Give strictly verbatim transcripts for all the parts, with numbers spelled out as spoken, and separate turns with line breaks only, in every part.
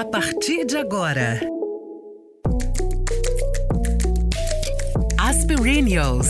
A partir de agora, Aspirinios.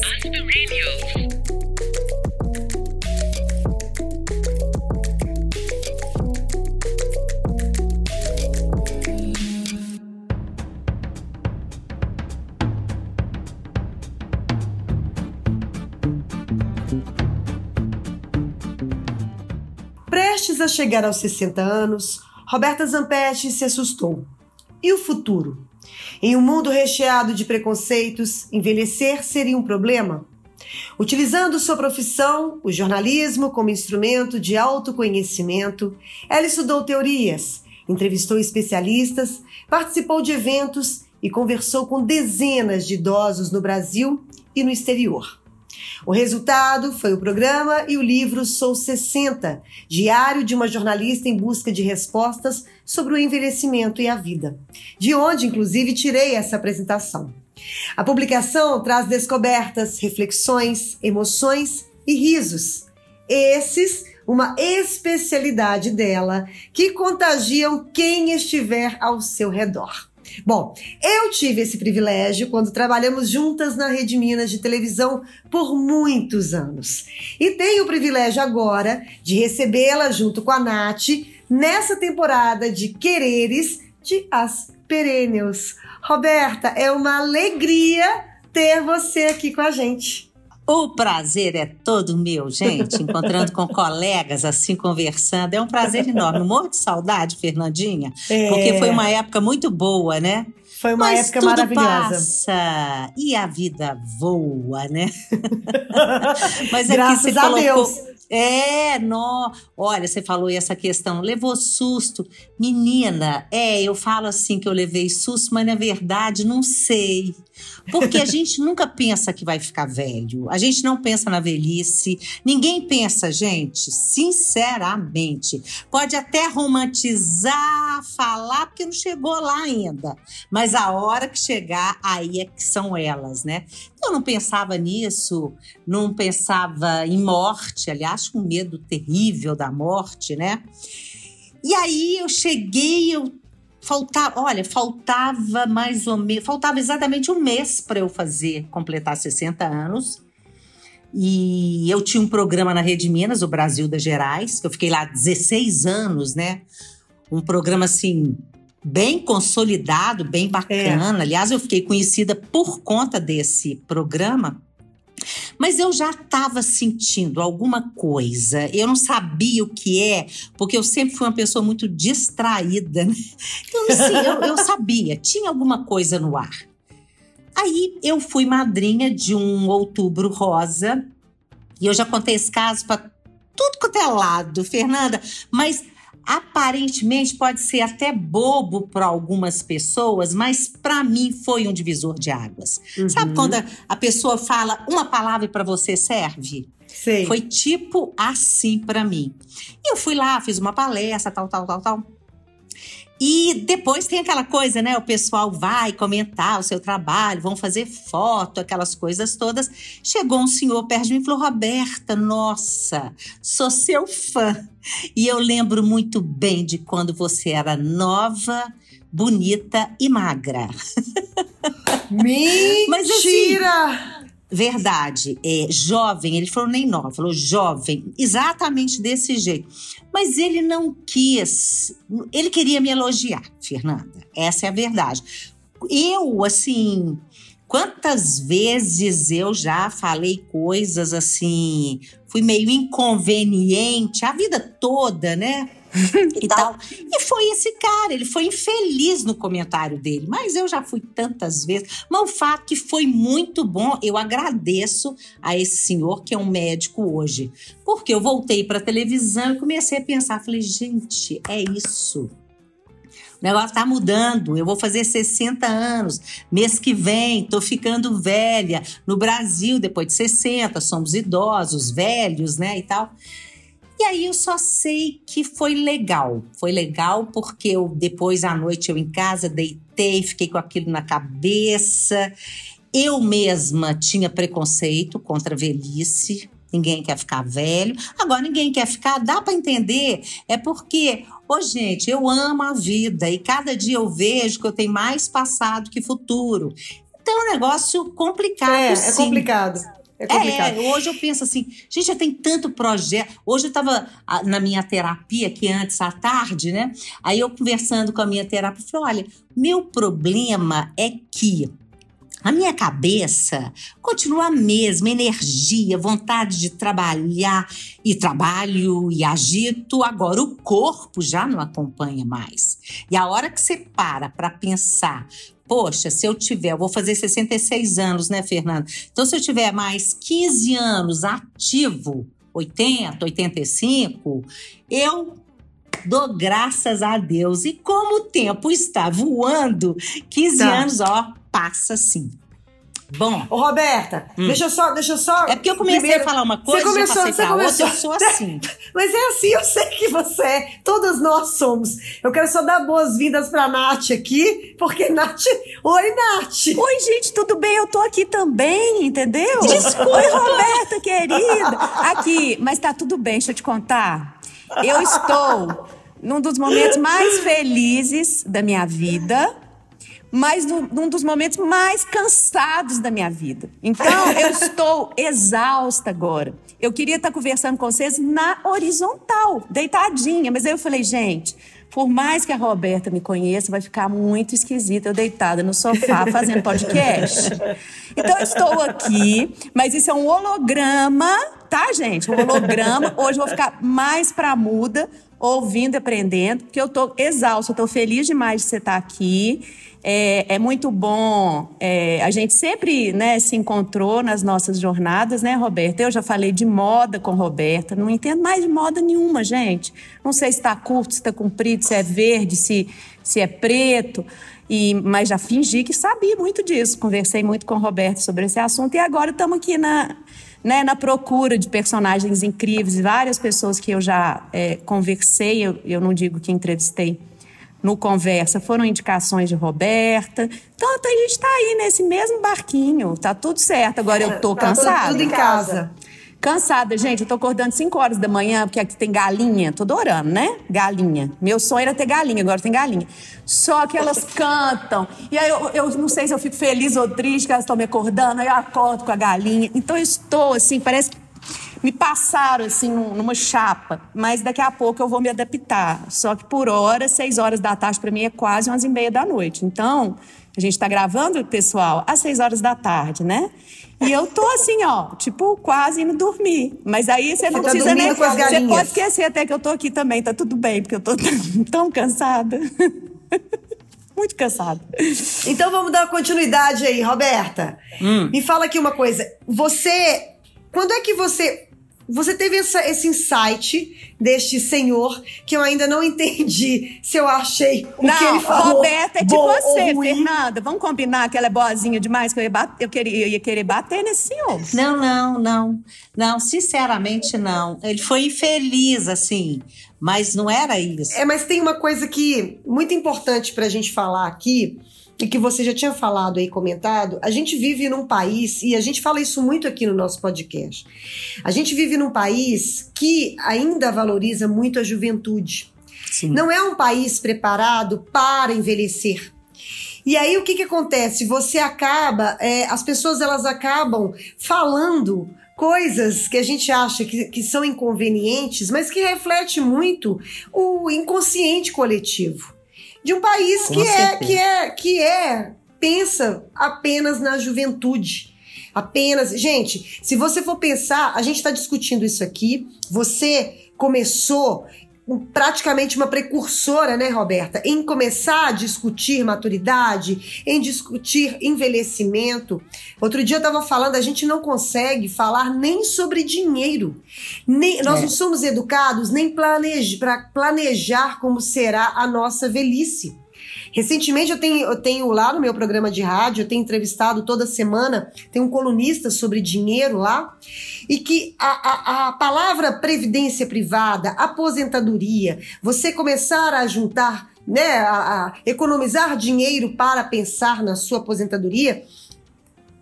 Prestes a chegar aos sessenta anos, Roberta Zampetti se assustou. E o futuro? Em um mundo recheado de preconceitos, envelhecer seria um problema? Utilizando sua profissão, o jornalismo, como instrumento de autoconhecimento, ela estudou teorias, entrevistou especialistas, participou de eventos e conversou com dezenas de idosos no Brasil e no exterior. O resultado foi o programa e o livro Sou sessenta, diário de uma jornalista em busca de respostas sobre o envelhecimento e a vida, de onde, inclusive, tirei essa apresentação. A publicação traz descobertas, reflexões, emoções e risos. Esses, uma especialidade dela, que contagiam quem estiver ao seu redor. Bom, eu tive esse privilégio quando trabalhamos juntas na Rede Minas de televisão por muitos anos. E tenho o privilégio agora de recebê-la junto com a Nath nessa temporada de Quereres de Aspirinios. Roberta, é uma alegria ter você aqui com a gente.
O prazer é todo meu, gente, encontrando com colegas, assim, conversando. É um prazer enorme. Um monte de saudade, Fernandinha, é. Porque foi uma época muito boa, né?
Foi uma
Mas
época
tudo
maravilhosa.
Passa e a vida voa, né? Mas é
Graças
que você
a
colocou...
Deus.
É, não. Olha, você falou essa questão, levou susto. Menina, é, eu falo assim que eu levei susto, mas na verdade não sei. Porque a gente nunca pensa que vai ficar velho. A gente não pensa na velhice. Ninguém pensa, gente, sinceramente. Pode até romantizar, falar, porque não chegou lá ainda. Mas a hora que chegar, aí é que são elas, né? Eu não pensava nisso, não pensava em morte, aliás, com medo terrível da morte, né? E aí eu cheguei, eu faltava, olha, faltava mais ou menos, faltava exatamente um mês para eu fazer, completar sessenta anos. E eu tinha um programa na Rede Minas, o Brasil das Gerais, que eu fiquei lá dezesseis anos, né? Um programa assim, bem consolidado, bem bacana. É. Aliás, eu fiquei conhecida por conta desse programa. Mas eu já estava sentindo alguma coisa, eu não sabia o que é, porque eu sempre fui uma pessoa muito distraída, né? Eu não sei, eu, eu sabia, tinha alguma coisa no ar. Aí eu fui madrinha de um Outubro Rosa, e eu já contei esse caso para tudo quanto é lado, Fernanda, mas aparentemente pode ser até bobo para algumas pessoas, mas para mim foi um divisor de águas. Uhum. Sabe quando a, a pessoa fala uma palavra e para você serve?
Sei.
Foi tipo assim para mim. E eu fui lá, fiz uma palestra, tal, tal, tal, tal. E depois tem aquela coisa, né? O pessoal vai comentar o seu trabalho, vão fazer foto, aquelas coisas todas. Chegou um senhor perto de mim e falou: Roberta, nossa, sou seu fã. E eu lembro muito bem de quando você era nova, bonita e magra.
Mentira!
Mas, assim, verdade, é, jovem, ele falou nem nova, falou jovem, exatamente desse jeito. Mas ele não quis, ele queria me elogiar, Fernanda, essa é a verdade. Eu, assim, quantas vezes eu já falei coisas assim, fui meio inconveniente a vida toda, né? E tal. E foi esse cara, ele foi infeliz no comentário dele, mas eu já fui tantas vezes. Mas o fato que foi muito bom, eu agradeço a esse senhor que é um médico hoje, porque eu voltei para a televisão e comecei a pensar, falei, gente, é isso. O negócio tá mudando, eu vou fazer sessenta anos, mês que vem, tô ficando velha. No Brasil, depois de sessenta, somos idosos, velhos, né, e tal. E aí eu só sei que foi legal, foi legal porque eu, depois à noite eu em casa deitei, fiquei com aquilo na cabeça. Eu mesma tinha preconceito contra a velhice, ninguém quer ficar velho. Agora, ninguém quer ficar, dá para entender, é porque, ô gente, eu amo a vida e cada dia eu vejo que eu tenho mais passado que futuro. Então é um negócio complicado,
é,
sim.
É complicado. É complicado.
É, hoje eu penso assim, gente, eu tenho tanto projeto. Hoje eu estava na minha terapia, que antes à tarde, né? Aí eu conversando com a minha terapeuta, falei, olha, meu problema é que a minha cabeça continua a mesma, energia, vontade de trabalhar, e trabalho e agito. Agora o corpo já não acompanha mais. E a hora que você para para pensar, poxa, se eu tiver, eu vou fazer sessenta e seis anos, né, Fernanda? Então, se eu tiver mais quinze anos ativo, oitenta, oitenta e cinco, eu dou graças a Deus. E como o tempo está voando, quinze tá. anos, ó, passa assim. Bom.
Ô, Roberta, hum. deixa eu só, deixa eu só...
É porque eu comecei primeiro, a falar uma coisa, você começou, já passei pra outra, eu sou assim.
Mas é assim, eu sei que você é, todas nós somos. Eu quero só dar boas-vindas pra Nath aqui, porque Nath... Oi, Nath!
Oi, gente, tudo bem? Eu tô aqui também, entendeu? Desculpa! Oi, Roberta, querida! Aqui, mas tá tudo bem, deixa eu te contar. Eu estou num dos momentos mais felizes da minha vida, mas num dos momentos mais cansados da minha vida. Então, eu estou exausta agora. Eu queria estar conversando com vocês na horizontal, deitadinha. Mas aí eu falei, gente, por mais que a Roberta me conheça, vai ficar muito esquisita eu deitada no sofá fazendo podcast. Então, eu estou aqui, mas isso é um holograma, tá, gente? Um holograma. Hoje eu vou ficar mais pra muda, ouvindo e aprendendo, porque eu estou exausta, eu estou feliz demais de você estar aqui. É, é muito bom, é, a gente sempre, né, se encontrou nas nossas jornadas, né, Roberta? Eu já falei de moda com Roberta, não entendo mais de moda nenhuma, gente. Não sei se está curto, se está comprido, se é verde, se, se é preto, e, mas já fingi que sabia muito disso. Conversei muito com Roberta sobre esse assunto e agora estamos aqui na, né, na procura de personagens incríveis. Várias pessoas que eu já é, conversei, eu, eu não digo que entrevistei, no Conversa, foram indicações de Roberta. Então, a gente está aí nesse mesmo barquinho. Tá tudo certo. Agora eu tô cansada.
Tá tudo em casa.
Cansada, gente. Eu tô acordando cinco horas da manhã, porque aqui tem galinha. Tô adorando, né? Galinha. Meu sonho era ter galinha, agora tem galinha. Só que elas cantam. E aí eu, eu não sei se eu fico feliz ou triste que elas estão me acordando. Aí eu acordo com a galinha. Então eu estou assim, parece que me passaram, assim, numa chapa. Mas daqui a pouco eu vou me adaptar. Só que por hora, seis horas da tarde, para mim, é quase onze e meia da noite. Então, a gente tá gravando, pessoal, às seis horas da tarde, né? E eu tô assim, ó, tipo, quase indo dormir. Mas aí você não
você
precisa
tá
nem...
Você
pode esquecer até que eu tô aqui também, tá tudo bem, porque eu tô tão cansada. Muito cansada.
Então vamos dar continuidade aí, Roberta. Hum. Me fala aqui uma coisa. Você... Quando é que você... Você teve essa, esse insight deste senhor que eu ainda não entendi se eu achei o
não,
que ele falou.
Roberta é tipo você, Fernanda. Vamos combinar que ela é boazinha demais, que eu ia, bater, eu, queria, eu ia querer bater nesse senhor.
Não, não, não. Não, sinceramente não. Ele foi infeliz, assim, mas não era isso.
É, mas tem uma coisa que muito importante pra gente falar aqui, e que você já tinha falado aí, comentado. A gente vive num país, e a gente fala isso muito aqui no nosso podcast, a gente vive num país que ainda valoriza muito a juventude. Sim. Não é um país preparado para envelhecer. E aí o que que acontece? Você acaba, é, as pessoas elas acabam falando coisas que a gente acha que, que são inconvenientes, mas que reflete muito o inconsciente coletivo de um país que é, que é, que é, pensa apenas na juventude. Apenas, gente, se você for pensar, a gente está discutindo isso aqui, você começou praticamente uma precursora, né, Roberta, em começar a discutir maturidade, em discutir envelhecimento. Outro dia eu estava falando, a gente não consegue falar nem sobre dinheiro. Nem, é. Nós não somos educados nem planeja, para planejar como será a nossa velhice. Recentemente eu tenho, eu tenho lá no meu programa de rádio, eu tenho entrevistado toda semana, tem um colunista sobre dinheiro lá, e que a, a, a palavra previdência privada, aposentadoria, você começar a juntar, né, a, a economizar dinheiro para pensar na sua aposentadoria,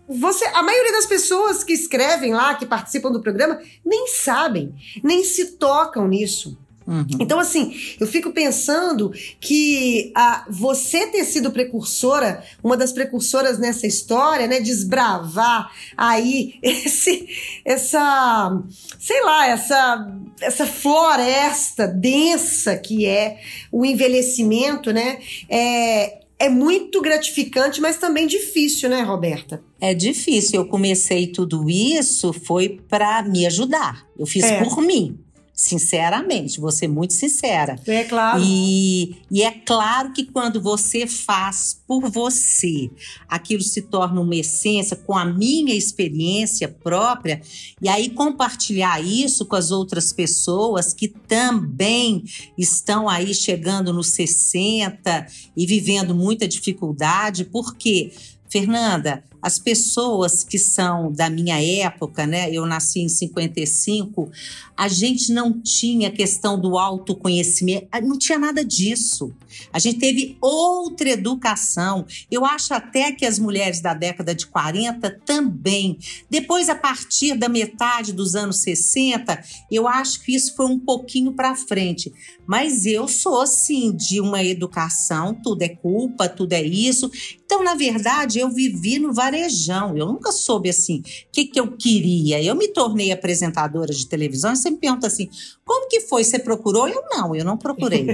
você, a maioria das pessoas que escrevem lá, que participam do programa, nem sabem, nem se tocam nisso.
Uhum.
Então, assim, eu fico pensando que a, você ter sido precursora, uma das precursoras nessa história, né, desbravar aí esse, essa, sei lá, essa, essa floresta densa que é o envelhecimento, né, é, é muito gratificante, mas também difícil, né, Roberta?
É difícil. Eu comecei tudo isso, foi para me ajudar. Eu fiz
É.
por mim. Sinceramente, vou ser muito sincera.
É claro.
E, e é claro que quando você faz por você, aquilo se torna uma essência com a minha experiência própria, e aí compartilhar isso com as outras pessoas que também estão aí chegando nos sessenta e vivendo muita dificuldade, porque, Fernanda, as pessoas que são da minha época, né? Eu nasci em cinquenta e cinco, a gente não tinha questão do autoconhecimento, não tinha nada disso. A gente teve outra educação. Eu acho até que as mulheres da década de quarenta também. Depois, a partir da metade dos anos sessenta, eu acho que isso foi um pouquinho para frente. Mas eu sou, sim, de uma educação, tudo é culpa, tudo é isso. Então, na verdade, eu vivi no varejão. Eu nunca soube, assim, o que, que eu queria. Eu me tornei apresentadora de televisão e você me pergunta assim, como que foi? Você procurou? Eu não, eu não procurei.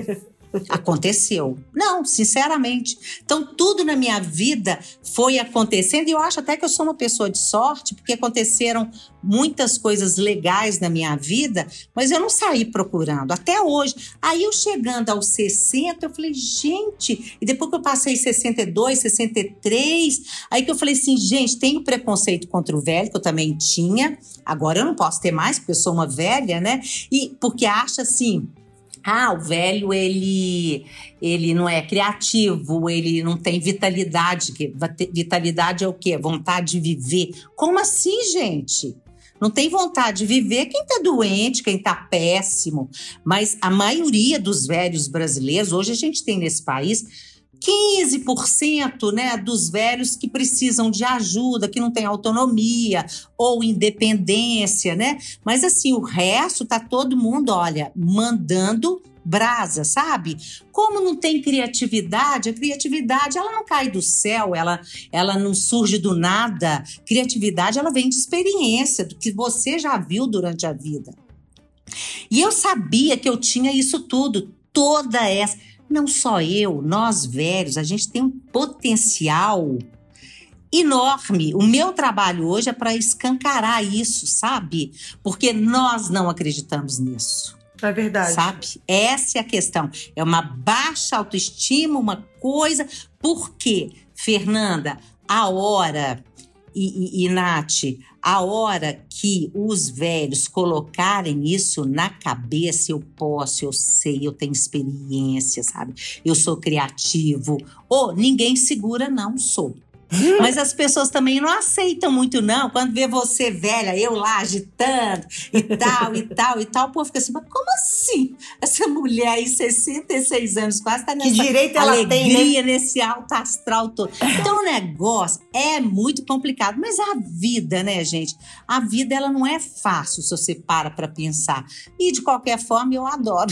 Aconteceu. Não, sinceramente. Então, tudo na minha vida foi acontecendo e eu acho até que eu sou uma pessoa de sorte, porque aconteceram muitas coisas legais na minha vida, mas eu não saí procurando, até hoje. Aí, eu chegando aos sessenta, eu falei, gente... E depois que eu passei sessenta e dois, sessenta e três, aí que eu falei assim, gente, tenho preconceito contra o velho, que eu também tinha. Agora eu não posso ter mais, porque eu sou uma velha, né? E porque acha assim... Ah, o velho, ele, ele não é criativo, ele não tem vitalidade. Vitalidade é o quê? Vontade de viver. Como assim, gente? Não tem vontade de viver quem está doente, quem está péssimo. Mas a maioria dos velhos brasileiros, hoje a gente tem nesse país... quinze por cento, né, dos velhos que precisam de ajuda, que não tem autonomia ou independência, né? Mas assim, o resto tá todo mundo, olha, mandando brasa, sabe? Como não tem criatividade, a criatividade, ela não cai do céu, ela, ela não surge do nada. Criatividade, ela vem de experiência, do que você já viu durante a vida. E eu sabia que eu tinha isso tudo, toda essa... Não só eu, nós velhos, a gente tem um potencial enorme. O meu trabalho hoje é para escancarar isso, sabe? Porque nós não acreditamos nisso.
É verdade.
Sabe? Essa é a questão. É uma baixa autoestima, uma coisa... Por quê, Fernanda? A hora... E, e, e Nath, a hora que os velhos colocarem isso na cabeça, eu posso, eu sei, eu tenho experiência, sabe? Eu sou criativo. Ou ninguém segura, não sou. Mas as pessoas também não aceitam muito, não. Quando vê você velha, eu lá agitando e tal, e tal, e tal, o povo fica assim, mas como assim? Essa mulher aí, sessenta e seis anos quase, tá nessa
que direito ela
alegria,
tem, né?
nesse alto astral todo. Então o negócio é muito complicado, mas a vida, né, gente? A vida, ela não é fácil se você para pra pensar. E de qualquer forma, eu adoro.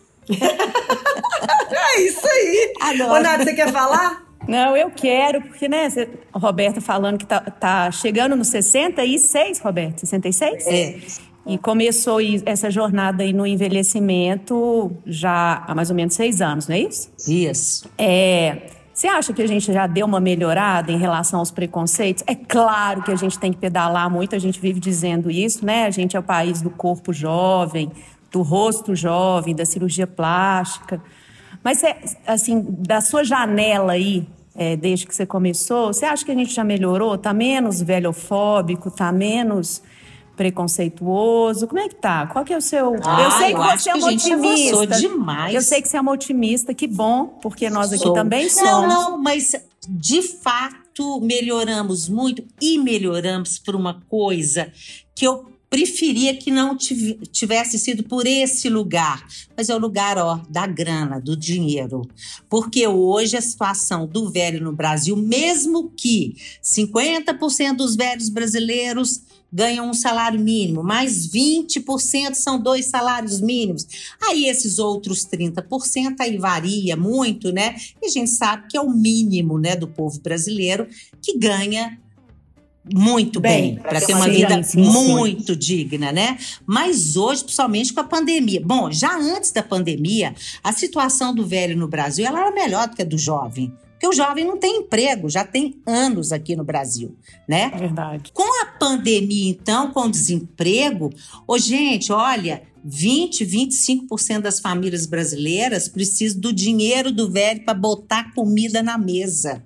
É isso aí.
Adoro.
Ô, Nath, você quer falar?
Não, eu quero, porque, né, cê, a Roberta falando que tá, tá chegando nos sessenta e seis, Roberta, sessenta e seis?
É.
E começou essa jornada aí no envelhecimento já há mais ou menos seis anos, não é isso?
Isso.
É, você acha que a gente já deu uma melhorada em relação aos preconceitos? É claro que a gente tem que pedalar muito, a gente vive dizendo isso, né? A gente é o país do corpo jovem, do rosto jovem, da cirurgia plástica. Mas, assim, da sua janela aí, é, desde que você começou, você acha que a gente já melhorou? Tá menos velhofóbico? Tá menos preconceituoso? Como é que tá? Qual que é o seu...
Ah,
eu sei que
eu
você é uma otimista.
Demais.
Eu sei que você é uma otimista, que bom, porque nós aqui
Sou.
também somos.
Não, não, mas de fato melhoramos muito e melhoramos por uma coisa que eu preferia que não tivesse sido por esse lugar, mas é o lugar, ó, da grana, do dinheiro. Porque hoje a situação do velho no Brasil, mesmo que cinquenta por cento dos velhos brasileiros ganham um salário mínimo, mais vinte por cento são dois salários mínimos. Aí esses outros trinta por cento aí varia muito, né? E a gente sabe que é o mínimo, né, do povo brasileiro que ganha muito bem, bem para ter uma sim, vida sim, muito sim. digna, né? Mas hoje, principalmente com a pandemia. Bom, já antes da pandemia, a situação do velho no Brasil ela era melhor do que a do jovem. Porque o jovem não tem emprego, já tem anos aqui no Brasil, né?
Verdade.
Com a pandemia, então, com o desemprego, ô, gente, olha, vinte, vinte e cinco por cento das famílias brasileiras precisam do dinheiro do velho para botar comida na mesa.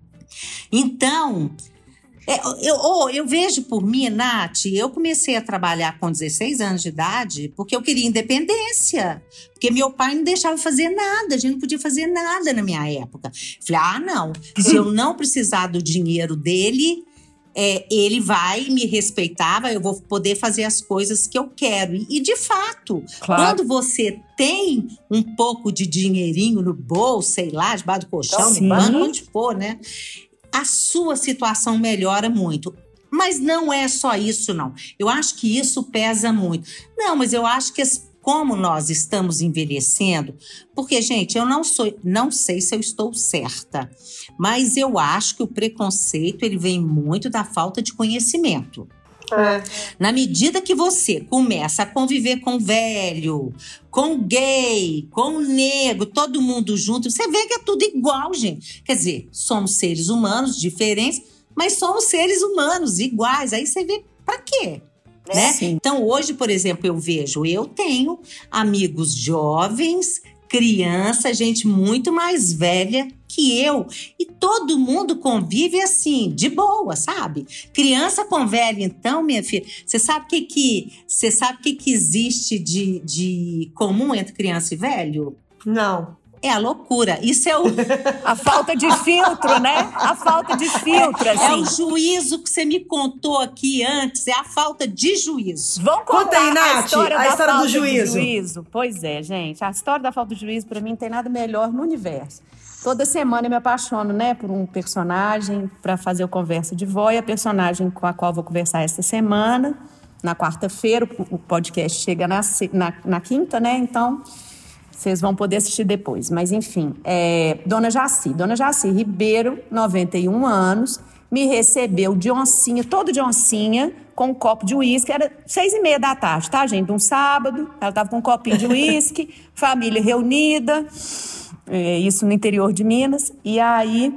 Então, é, eu, eu, eu vejo por mim, Nath, eu comecei a trabalhar com dezesseis anos de idade porque eu queria independência. Porque meu pai não deixava fazer nada, a gente não podia fazer nada na minha época. Falei, ah, não, se eu não precisar do dinheiro dele, é, ele vai me respeitar, eu vou poder fazer as coisas que eu quero. E, de fato, claro. Quando você tem um pouco de dinheirinho no bolso, sei lá, debaixo do colchão, no banco, onde for, né? A sua situação melhora muito. Mas não é só isso, não. Eu acho que isso pesa muito. Não, mas eu acho que as, como nós estamos envelhecendo, porque, gente, eu não, sou, não sei se eu estou certa, mas eu acho que o preconceito ele vem muito da falta de conhecimento. É. Na medida que você começa a conviver com velho, com gay, com negro, todo mundo junto, você vê que é tudo igual, gente. Quer dizer, somos seres humanos diferentes, mas somos seres humanos iguais. Aí você vê pra quê? Né? Então, hoje, por exemplo, eu vejo, eu tenho amigos jovens, criança, gente muito mais velha que eu. E todo mundo convive assim, de boa, sabe? Criança com velho, então, minha filha, você sabe o que que, você sabe o que que existe de, de comum entre criança e velho?
Não.
É a loucura. Isso é o...
A falta de filtro, né? A falta de filtro, assim.
É o juízo que você me contou aqui antes. É a falta de juízo.
Vamos contar Conta aí, Nath, a história,
a
da
história
falta
do juízo.
De juízo. Pois é, gente. A história da falta de juízo, pra mim, não tem nada melhor no universo. Toda semana eu me apaixono, né, por um personagem para fazer o Conversa de Vó. E a personagem com a qual eu vou conversar esta semana, na quarta-feira, o podcast chega na, na, na quinta, né? Então... vocês vão poder assistir depois. Mas, enfim, é, Dona Jaci. Dona Jaci Ribeiro, noventa e um anos, me recebeu de oncinha, todo de oncinha, com um copo de uísque. Era seis e meia da tarde, tá, gente? Um sábado. Ela estava com um copinho de uísque, família reunida, é, isso no interior de Minas. E aí...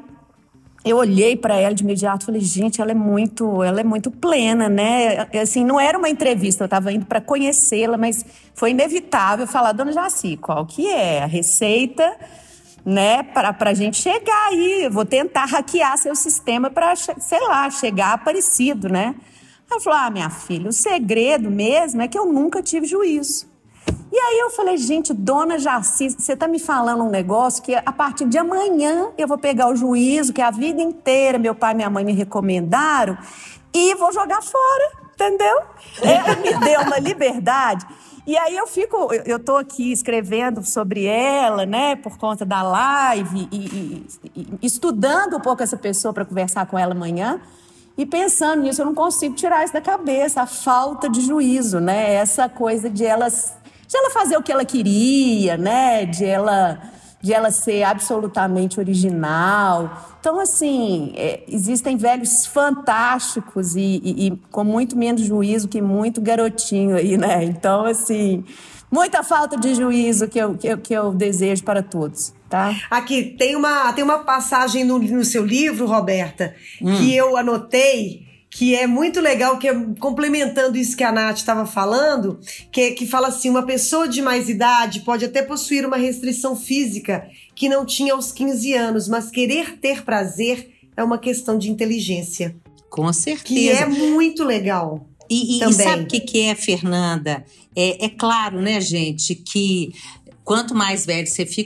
eu olhei para ela de imediato e falei, gente, ela é muito, ela é muito plena, né? Assim, não era uma entrevista, eu estava indo para conhecê-la, mas foi inevitável falar, Dona Jaci, qual que é a receita, né, para a gente chegar aí? Eu vou tentar hackear seu sistema para, sei lá, chegar Aparecido, né? Ela falou, ah, minha filha, o segredo mesmo é que eu nunca tive juízo. E aí eu falei, gente, Dona Jaci, você tá me falando um negócio que a partir de amanhã eu vou pegar o juízo que a vida inteira meu pai e minha mãe me recomendaram e vou jogar fora, entendeu? Ela me deu uma liberdade. E aí eu fico, eu tô aqui escrevendo sobre ela, né, por conta da live e, e, e estudando um pouco essa pessoa para conversar com ela amanhã. E pensando nisso, eu não consigo tirar isso da cabeça, a falta de juízo, né? Essa coisa de elas... de ela fazer o que ela queria, né? De ela, de ela ser absolutamente original. Então, assim, é, existem velhos fantásticos e, e, e com muito menos juízo que muito garotinho aí, né? Então, assim, muita falta de juízo que eu, que eu, que eu desejo para todos, tá?
Aqui, tem uma, tem uma passagem no, no seu livro, Roberta, hum. que eu anotei... que é muito legal, que é complementando isso que a Nath estava falando, que, é, que fala assim, uma pessoa de mais idade pode até possuir uma restrição física que não tinha aos quinze anos, mas querer ter prazer é uma questão de inteligência.
Com certeza.
Que é muito legal.
E, e, e sabe o que, que é, Fernanda? É, é claro, né, gente, que quanto mais velho você fica,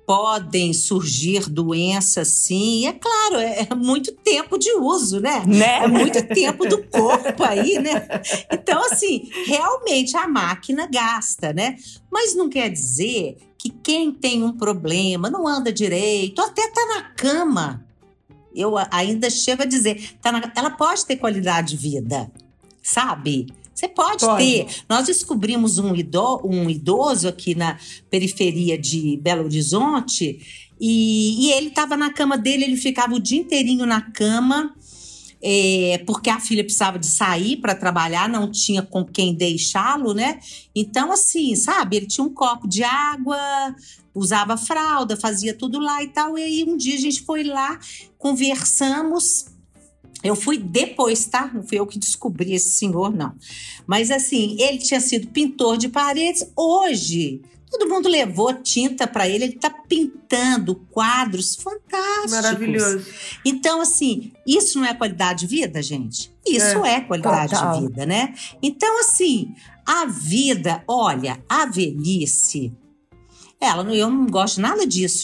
podem surgir doenças, sim. E é claro, é muito tempo de uso, né?
Né?
É muito tempo do corpo aí, né? Então, assim, realmente a máquina gasta, né? Mas não quer dizer que quem tem um problema, não anda direito, até tá na cama. Eu ainda chego a dizer, tá na, ela pode ter qualidade de vida, sabe? Você pode, pode ter. Nós descobrimos um idoso, um idoso aqui na periferia de Belo Horizonte e, e ele estava na cama dele, ele ficava o dia inteirinho na cama, é, porque a filha precisava de sair para trabalhar, não tinha com quem deixá-lo, né? Então, assim, sabe? Ele tinha um copo de água, usava fralda, fazia tudo lá e tal. E aí um dia a gente foi lá, conversamos. Eu fui depois, tá? Não fui eu que descobri esse senhor, não. Mas assim, ele tinha sido pintor de paredes. Hoje, todo mundo levou tinta para ele. Ele tá pintando quadros fantásticos.
Maravilhoso.
Então, assim, isso não é qualidade de vida, gente? Isso é, é qualidade total. de vida, né? Então, assim, a vida, olha, a velhice... Ela, eu não gosto nada disso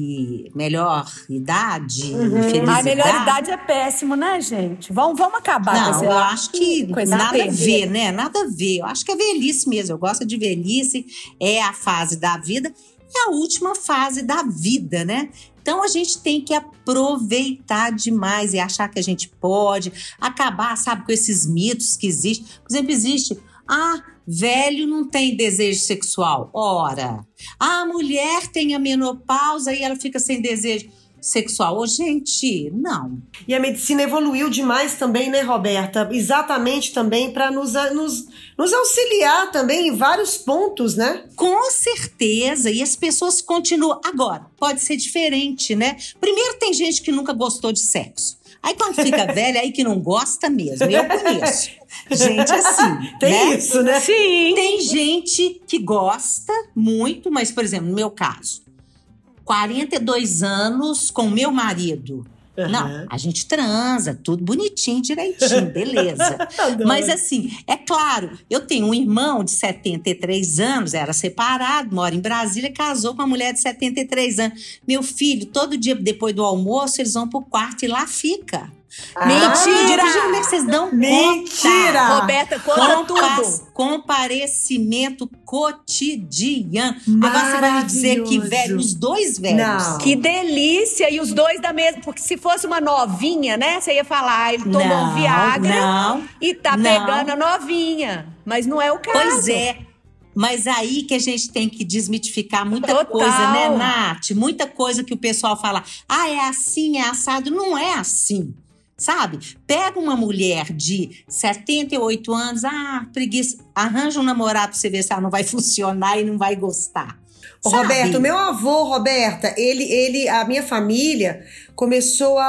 de melhor idade, uhum. felicidade.
A melhor idade é péssimo, né, gente? Vamos, vamos acabar
não,
com essa...
Não, eu acho que
coisa
nada
a
ver, né? Nada a ver. Eu acho que é velhice mesmo. Eu gosto de velhice. É a fase da vida. É a última fase da vida, né? Então, a gente tem que aproveitar demais e achar que a gente pode acabar, sabe, com esses mitos que existem. Por exemplo, existe... Ah, velho não tem desejo sexual. Ora, a mulher tem a menopausa e ela fica sem desejo sexual. Ô, gente, não.
E a medicina evoluiu demais também, né, Roberta? Exatamente também para nos, nos, nos auxiliar também em vários pontos, né?
Com certeza. E as pessoas continuam. Agora, pode ser diferente, né? Primeiro, tem gente que nunca gostou de sexo. Aí quando fica velha, aí que não gosta mesmo. Eu conheço gente assim,
tem
né?
isso, né?
Sim. Tem gente que gosta muito, mas, por exemplo, no meu caso, quarenta e dois anos com meu marido. Uhum. Não, a gente transa, tudo bonitinho, direitinho, beleza. Mas assim, é claro, eu tenho um irmão de setenta e três anos, era separado, mora em Brasília, casou com uma mulher de setenta e três anos. Meu filho, todo dia depois do almoço, eles vão pro quarto e lá fica.
Ah, mentira!
Como é que vocês dão
Mentira!
conta?
Roberta, conta
Compa-
tudo.
Comparecimento cotidiano. Agora você vai me dizer que velho, os dois velhos.
Não.
Que delícia! E os dois da mesma. Porque se fosse uma novinha, né? Você ia falar, ah, ele tomou
não,
um Viagra
não,
e tá
não.
pegando a novinha. Mas não é o caso.
Pois é. Mas aí que a gente tem que desmitificar muita
Total.
coisa, né, Nath? Muita coisa que o pessoal fala, ah, é assim, é assado. Não é assim. Sabe? Pega uma mulher de setenta e oito anos, ah, preguiça, arranja um namorado pra você ver se ela não vai funcionar e não vai gostar.
Ô, Roberto, meu avô, Roberta, ele, ele, a minha família começou a,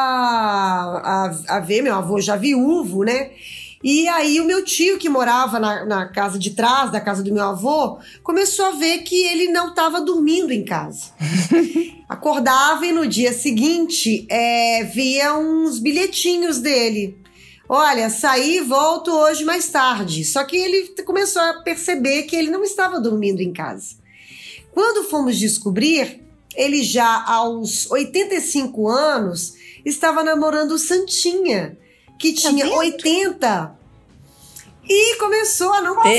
a, a ver, meu avô já viúvo, né? E aí o meu tio, que morava na, na casa de trás da casa do meu avô, começou a ver que ele não estava dormindo em casa. Acordava e no dia seguinte é, via uns bilhetinhos dele. Olha, saí e volto hoje mais tarde. Só que ele começou a perceber que ele não estava dormindo em casa. Quando fomos descobrir, ele já aos oitenta e cinco anos estava namorando Santinha, que tinha tá oitenta. E começou a não passar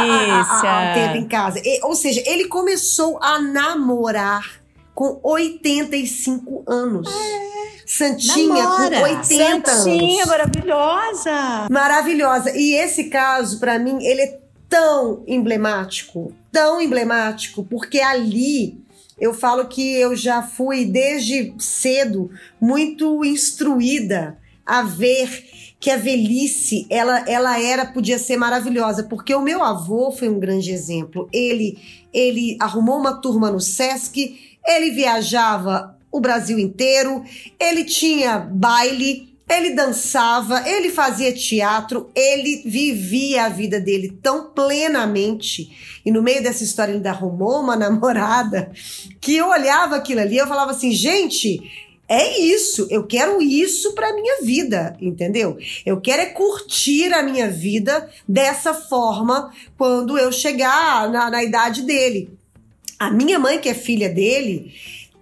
o tempo em casa. E, ou seja, ele começou a namorar com oitenta e cinco anos. É. Santinha Namora. com oitenta anos.
Santinha, maravilhosa.
Maravilhosa. E esse caso, pra mim, ele é tão emblemático. Tão emblemático. Porque ali, eu falo que eu já fui, desde cedo, muito instruída a ver que a velhice, ela, ela era, podia ser maravilhosa, porque o meu avô foi um grande exemplo. Ele, ele arrumou uma turma no Sesc, ele viajava o Brasil inteiro, ele tinha baile, ele dançava, ele fazia teatro, ele vivia a vida dele tão plenamente. E no meio dessa história ele ainda arrumou uma namorada, que eu olhava aquilo ali, eu falava assim, gente... É isso, eu quero isso pra minha vida, entendeu? Eu quero é curtir a minha vida dessa forma quando eu chegar na, na idade dele. A minha mãe, que é filha dele,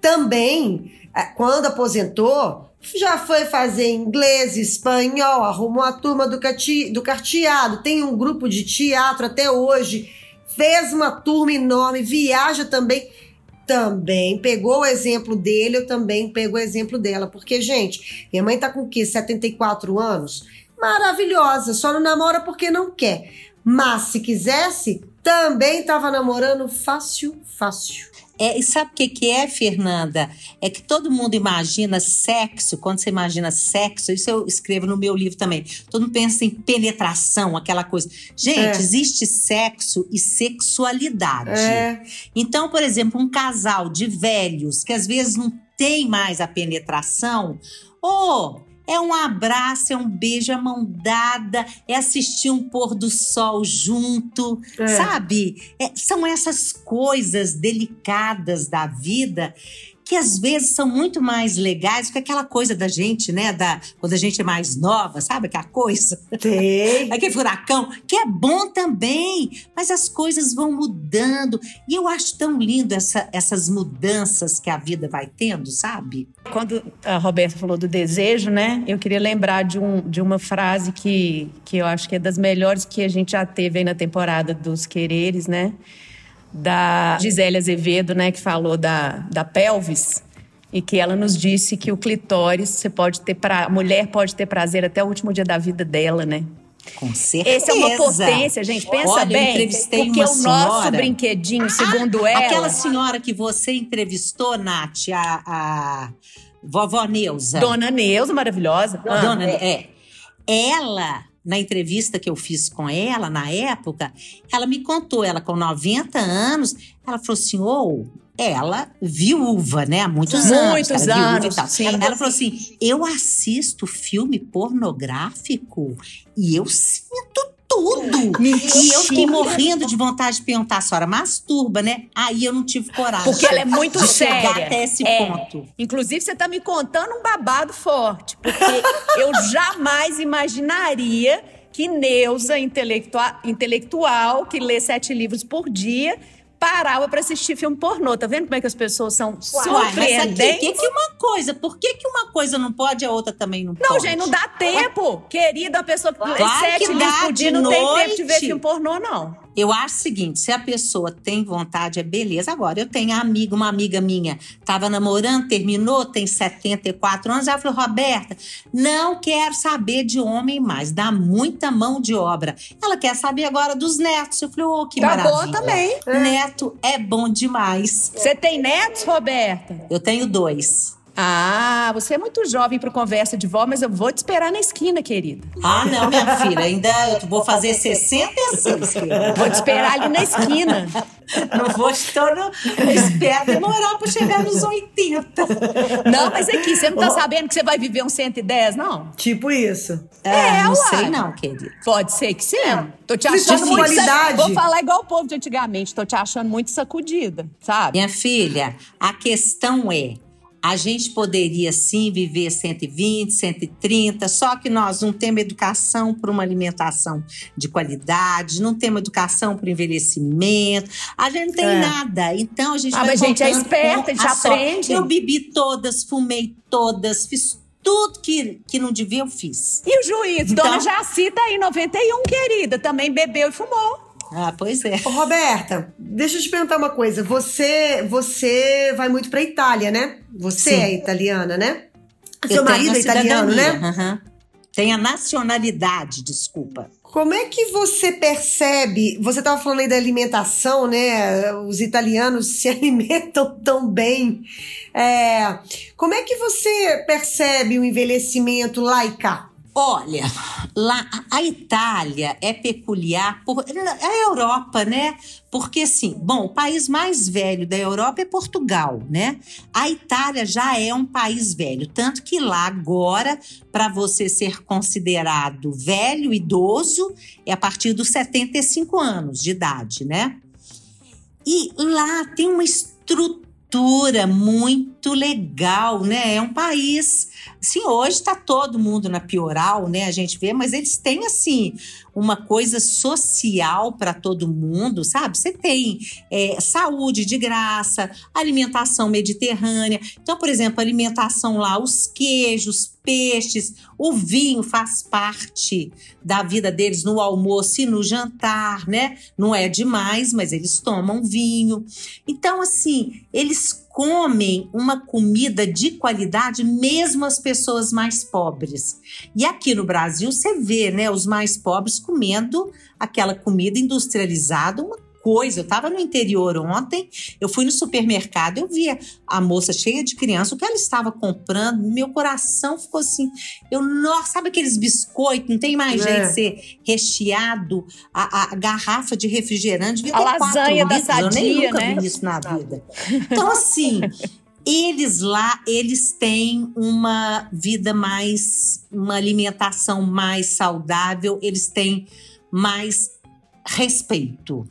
também, quando aposentou, já foi fazer inglês, espanhol, arrumou a turma do, cati, do carteado, tem um grupo de teatro até hoje, fez uma turma enorme, viaja também. Também pegou o exemplo dele, eu também pego o exemplo dela. Porque, gente, minha mãe tá com o quê? setenta e quatro anos? Maravilhosa, só não namora porque não quer. Mas, se quisesse, também tava namorando fácil, fácil.
É, e sabe o que, que é, Fernanda? É que todo mundo imagina sexo, quando você imagina sexo, isso eu escrevo no meu livro também, todo mundo pensa em penetração, aquela coisa. Gente, é. existe sexo e sexualidade. É. Então, por exemplo, um casal de velhos que às vezes não tem mais a penetração, ou... Oh, é um abraço, é um beijo, é mão dada, é assistir um pôr do sol junto, é. sabe? É, são essas coisas delicadas da vida que às vezes são muito mais legais do que aquela coisa da gente, né? Da, quando a gente é mais nova, sabe? Aquela coisa.
Tem.
Aquele furacão, que é bom também, mas as coisas vão mudando. E eu acho tão lindo essa, essas mudanças que a vida vai tendo, sabe?
Quando a Roberta falou do desejo, né? Eu queria lembrar de, um, de uma frase que, que eu acho que é das melhores que a gente já teve aí na temporada dos Quereres, né? Da Gisele Azevedo, né, que falou da, da pelvis, e que ela nos disse que o clitóris, você pode ter pra, a mulher pode ter prazer até o último dia da vida dela, né?
Com certeza.
Essa é uma potência, gente, pensa
Olha,
bem,
eu entrevistei
porque
uma
o
senhora,
nosso brinquedinho, segundo ela...
Aquela senhora que você entrevistou, Nath, a, a vovó Neuza.
Dona Neuza, maravilhosa.
Dona, ah, é. Ela... Na entrevista que eu fiz com ela, na época, ela me contou, ela com noventa anos, ela falou assim, oh, ela viúva, né, há muitos
sim,
anos.
Muitos anos,
e tal.
sim.
Ela, ela falou assim, eu assisto filme pornográfico e eu sinto tudo.
Mentira.
E eu fiquei morrendo de vontade de perguntar, a senhora masturba, né? Aí eu não tive coragem.
Porque ela é muito
de
séria.
chegar até esse
é.
ponto.
Inclusive, você tá me contando um babado forte. Porque eu jamais imaginaria que Neuza, intelectual, intelectual, que lê sete livros por dia, parava pra assistir filme pornô. Tá vendo como é que as pessoas são surpreendentes?
Mas aqui, que que uma coisa? Por que que uma coisa não pode e a outra também não,
não pode? Não, gente, não dá tempo. Querida, a pessoa que lê sete livros por dia não tem tempo de ver filme pornô, não.
Eu acho o seguinte, se a pessoa tem vontade, é beleza. Agora, eu tenho amiga, uma amiga minha, tava namorando, terminou, tem setenta e quatro anos, ela falou, Roberta, não quero saber de homem mais, dá muita mão de obra. Ela quer saber agora dos netos. Eu falei, ô, oh, que
tá
maravilha.
Tá bom também.
Neto é bom demais.
Você tem netos, Roberta?
Eu tenho dois.
Ah, você é muito jovem para conversa de vó, mas eu vou te esperar na esquina, querida.
Ah, não, minha filha, ainda eu vou fazer sessenta e seis, querida.
Vou te esperar ali na esquina.
Não vou estar no... Espero demorar para chegar nos oitenta.
Não, mas aqui, você não tá oh. sabendo que você vai viver uns cento e dez, não?
Tipo isso.
É, é não uai. sei não, querida.
Pode ser que sim. É. Tô te achando muito... Qualidade. Vou falar igual o povo de antigamente, tô te achando muito sacudida, sabe?
Minha filha, a questão é, a gente poderia sim viver cento e vinte, cento e trinta, só que nós não temos educação para uma alimentação de qualidade, não temos educação para o envelhecimento, a gente não tem é. nada. Então a gente
ah,
vai
mas a gente é esperta, a gente aprende.
Eu bebi todas, fumei todas, fiz tudo que, que não devia, eu fiz.
E o juiz?
Então,
Dona Jaci tá aí, noventa e um, querida, também bebeu e fumou.
Ah, pois é.
Ô, Roberta, deixa eu te perguntar uma coisa. Você, você vai muito pra Itália, né? Você Sim. é italiana, né? Seu
eu
marido é italiano, né?
Uhum. Tem a nacionalidade, desculpa.
Como é que você percebe... Você estava falando aí da alimentação, né? Os italianos se alimentam tão bem. É, como é que você percebe o envelhecimento lá e cá?
Olha, lá, a Itália é peculiar, por, a Europa, né? Porque, assim, bom, o país mais velho da Europa é Portugal, né? A Itália já é um país velho, tanto que lá agora, para você ser considerado velho, idoso, é a partir dos setenta e cinco anos de idade, né? E lá tem uma estrutura muito muito legal, né? É um país, assim, hoje está todo mundo na Pioral, né? A gente vê, mas eles têm, assim, uma coisa social para todo mundo, sabe? Você tem é, saúde de graça, alimentação mediterrânea. Então, por exemplo, a alimentação lá, os queijos, peixes, o vinho faz parte da vida deles no almoço e no jantar, né? Não é demais, mas eles tomam vinho. Então, assim, eles comem uma comida de qualidade, mesmo as pessoas mais pobres. E aqui no Brasil, você vê, né, os mais pobres comendo aquela comida industrializada, uma coisa. Eu estava no interior ontem, eu fui no supermercado, eu via a moça cheia de criança, o que ela estava comprando, meu coração ficou assim, eu, nossa, sabe aqueles biscoitos, não tem mais é. jeito de ser recheado, a, a garrafa de refrigerante, devia ter
a lasanha da
litros,
Sadia,
eu nem nunca
né?
vi isso na vida. Então, assim, eles lá, eles têm uma vida mais, uma alimentação mais saudável, eles têm mais respeito,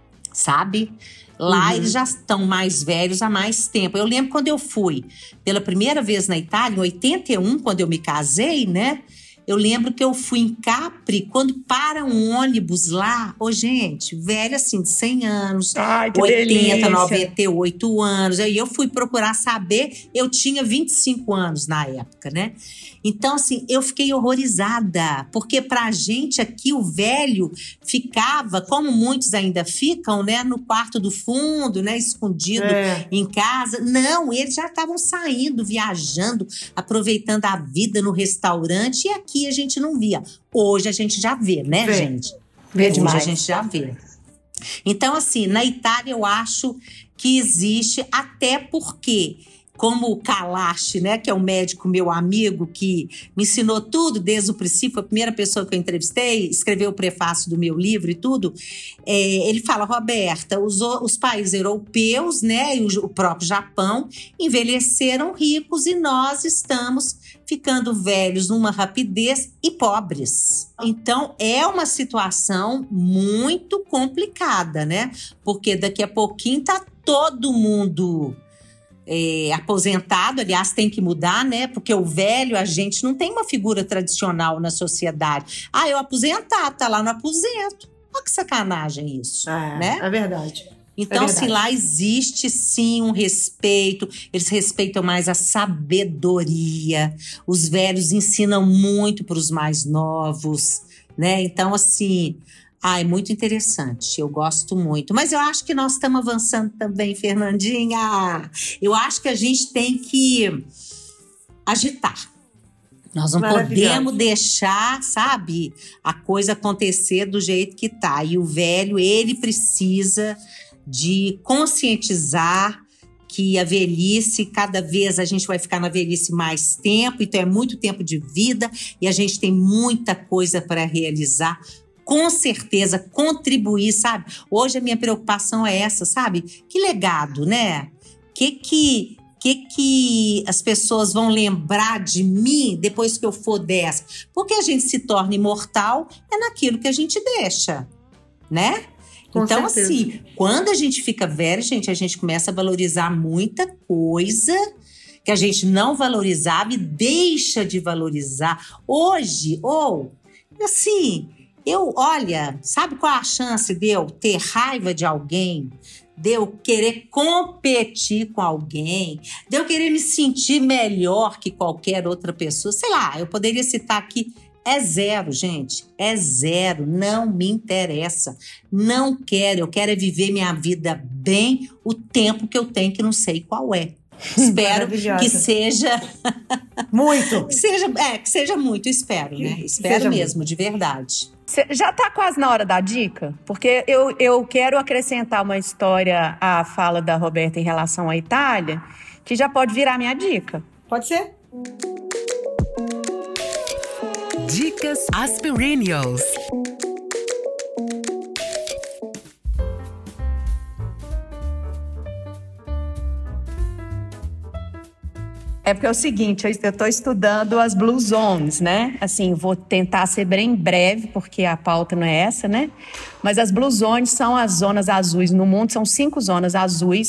sabe? Lá uhum. eles já estão mais velhos há mais tempo. Eu lembro quando eu fui pela primeira vez na Itália, em oitenta e um, quando eu me casei, né? Eu lembro que eu fui em Capri, quando para um ônibus lá, ô gente, velho assim, de cem anos,
ai, que
oitenta,
delícia.
noventa e oito anos. Aí eu fui procurar saber, eu tinha vinte e cinco anos na época, né? Então, assim, eu fiquei horrorizada, porque pra gente aqui o velho ficava, como muitos ainda ficam, né, no quarto do fundo, né, escondido é. em casa. Não, eles já estavam saindo, viajando, aproveitando a vida no restaurante, e aqui a gente não via. Hoje a gente já vê, né, vê. gente?
Vê
Hoje
demais.
a gente já vê. Então, assim, na Itália eu acho que existe, até porque, como o Kalash, né, que é um médico meu amigo que me ensinou tudo desde o princípio, foi a primeira pessoa que eu entrevistei, escreveu o prefácio do meu livro e tudo, é, ele fala, Roberta, os, os países europeus, né, e o, o próprio Japão, envelheceram ricos e nós estamos ficando velhos numa rapidez e pobres. Então, é uma situação muito complicada, né, porque daqui a pouquinho tá todo mundo É, aposentado, aliás, tem que mudar, né? Porque o velho, a gente não tem uma figura tradicional na sociedade. Ah, eu aposentar, tá lá no aposento. Olha que sacanagem isso,
é,
né?
É verdade.
Então,
é
assim, lá existe sim um respeito, eles respeitam mais a sabedoria, os velhos ensinam muito para os mais novos, né? Então, assim, ah, é muito interessante, eu gosto muito. Mas eu acho que nós estamos avançando também, Fernandinha. Eu acho que a gente tem que agitar. Nós não podemos deixar, sabe, a coisa acontecer do jeito que tá. E o velho, ele precisa de conscientizar que a velhice, cada vez a gente vai ficar na velhice mais tempo, então é muito tempo de vida e a gente tem muita coisa para realizar. Com certeza, contribuir, sabe? Hoje a minha preocupação é essa, sabe? Que legado, né? Que que, que que as pessoas vão lembrar de mim depois que eu for dessa? Porque a gente se torna imortal é naquilo que a gente deixa, né?
Com
então,
certeza.
assim, quando a gente fica velho, gente, a gente começa a valorizar muita coisa que a gente não valorizava e deixa de valorizar. Hoje, ou, assim... Eu, olha, sabe qual é a chance de eu ter raiva de alguém, de eu querer competir com alguém, de eu querer me sentir melhor que qualquer outra pessoa? Sei lá, eu poderia citar aqui, é zero, gente, é zero, não me interessa, não quero, eu quero é viver minha vida bem o tempo que eu tenho, que não sei qual é. Espero que seja
muito.
que seja, é, que seja muito, espero, né?
Que
espero mesmo,
muito.
De verdade.
Cê já tá quase na hora da dica? Porque eu, eu quero acrescentar uma história à fala da Roberta em relação à Itália, que já pode virar minha dica.
Pode ser?
Dicas Aspirinios.
É porque é o seguinte, eu estou estudando as Blue Zones, né? Assim, vou tentar ser bem breve, porque a pauta não é essa, né? Mas as Blue Zones são as zonas azuis no mundo, são cinco zonas azuis,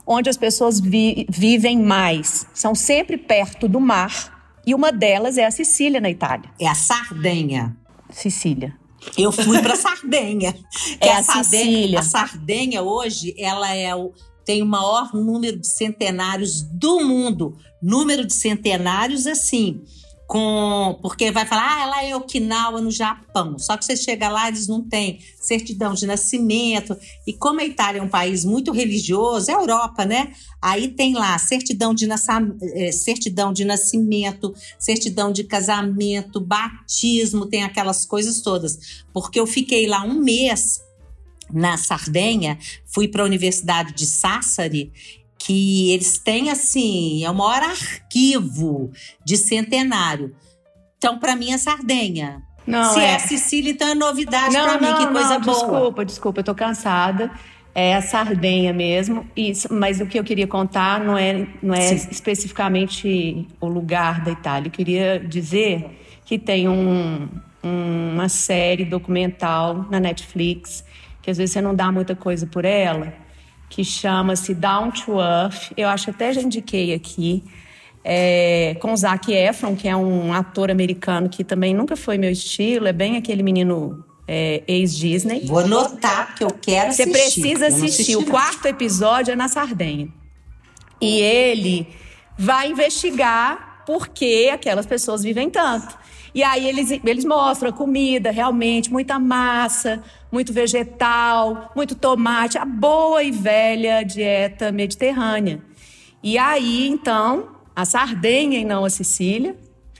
onde as pessoas vi- vivem mais. São sempre perto do mar. E uma delas é a Sicília, na Itália.
É a Sardenha.
Sicília.
Eu fui para Sardenha.
É
a
a
Sardenha,
Sicília.
A Sardenha hoje, ela é o, tem o maior número de centenários do mundo. Número de centenários, assim, com, porque vai falar, ah, ela é Okinawa, no Japão. Só que você chega lá, eles não têm certidão de nascimento. E como a Itália é um país muito religioso, é a Europa, né? Aí tem lá certidão de, nasça, certidão de nascimento, certidão de casamento, batismo, tem aquelas coisas todas. Porque eu fiquei lá um mês na Sardenha, fui para a Universidade de Sassari, que eles têm, assim, é o maior arquivo de centenário. Então, para mim, é Sardenha.
Não,
Se é,
é
a Sicília, então é novidade
Não,
para mim,
não,
que coisa
não,
boa.
Desculpa, desculpa, eu tô cansada. É a Sardenha mesmo. Isso, mas o que eu queria contar não é, não é especificamente o lugar da Itália. Eu queria dizer que tem um, uma série documental na Netflix, que às vezes você não dá muita coisa por ela, que chama-se Down to Earth. Eu acho que até já indiquei aqui. É, com o Zac Efron, que é um ator americano que também nunca foi meu estilo. É bem aquele menino é, ex-Disney.
Vou anotar, porque eu quero
Você
assistir.
precisa assistir. O quarto episódio é na Sardenha. E ele vai investigar por que aquelas pessoas vivem tanto. E aí eles, eles mostram a comida, realmente, muita massa, muito vegetal, muito tomate, a boa e velha dieta mediterrânea. E aí, então, a Sardenha e não a Sicília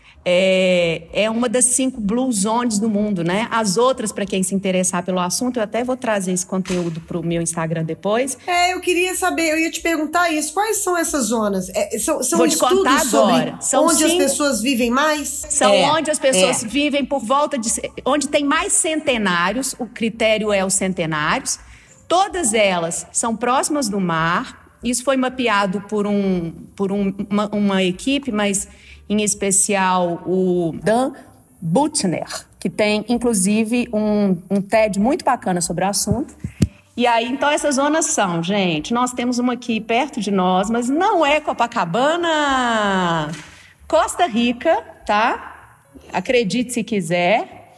é, é uma das cinco blue zones do mundo, né? As outras, para quem se interessar pelo assunto, eu até vou trazer esse conteúdo para o meu Instagram depois.
É, eu queria saber, eu ia te perguntar isso. Quais são essas zonas? É, são são
Vou te
estudos
contar
sobre
agora. São
onde
cinco-
as pessoas vivem mais?
São
É,
onde as pessoas
é.
vivem por volta de... Onde tem mais centenários, o critério é os centenários. Todas elas são próximas do mar. Isso foi mapeado por, um, por um, uma, uma equipe, mas em especial o Dan Buchner, que tem, inclusive, um, um TED muito bacana sobre o assunto. E aí, então, essas zonas são, gente, nós temos uma aqui perto de nós, mas não é Copacabana, Costa Rica, tá? Acredite se quiser.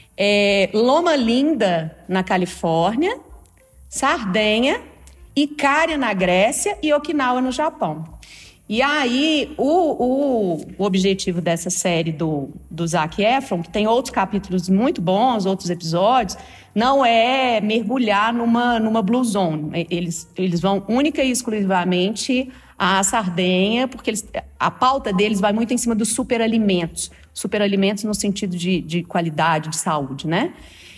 É Loma Linda, na Califórnia, Sardenha, Icária, na Grécia, e Okinawa, no Japão. E aí, o, o, o objetivo dessa série do, do Zac Efron, que tem outros capítulos muito bons, outros episódios, não é mergulhar numa, numa blue zone. Eles, eles vão única e exclusivamente à Sardenha, porque eles, a pauta deles vai muito em cima dos superalimentos. Superalimentos no sentido de, de qualidade, de saúde, né?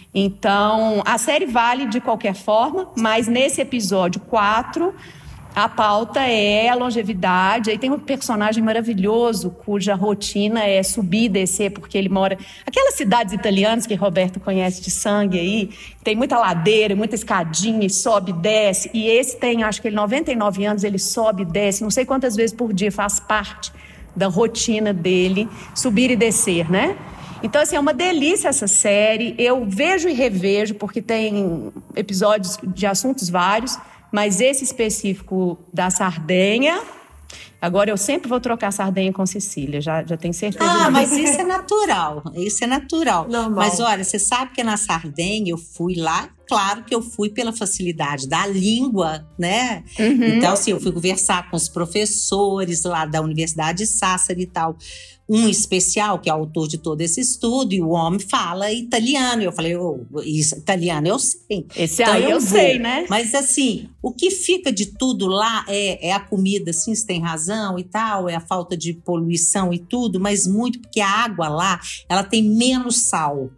Então, a série vale de qualquer forma, mas nesse episódio quatro, a pauta é a longevidade. Aí tem um personagem maravilhoso cuja rotina é subir e descer, porque ele mora... Aquelas cidades italianas que Roberto conhece de sangue aí, tem muita ladeira, muita escadinha, e sobe e desce. E esse tem, acho que ele noventa e nove anos, ele sobe e desce, não sei quantas vezes por dia, faz parte da rotina dele, subir e descer, né? Então, assim, é uma delícia essa série. Eu vejo e revejo, porque tem episódios de assuntos vários, mas esse específico da Sardenha... Agora, eu sempre vou trocar Sardenha com Sicília, já, já tenho certeza.
Ah,
disso.
mas isso é natural, isso é natural.
Normal.
Mas olha, você sabe que na Sardenha eu fui lá, claro que eu fui pela facilidade da língua, né?
Uhum.
Então, assim, eu fui conversar com os professores lá da Universidade de Sassari e tal. Um especial, que é autor de todo esse estudo, e o homem fala italiano. Eu falei, oh, isso, italiano eu sei.
Esse
Então,
aí eu
vou.
sei, né?
Mas assim, o que fica de tudo lá é, é a comida, sim, você tem razão e tal, é a falta de poluição e tudo, mas muito porque a água lá, ela tem menos sal.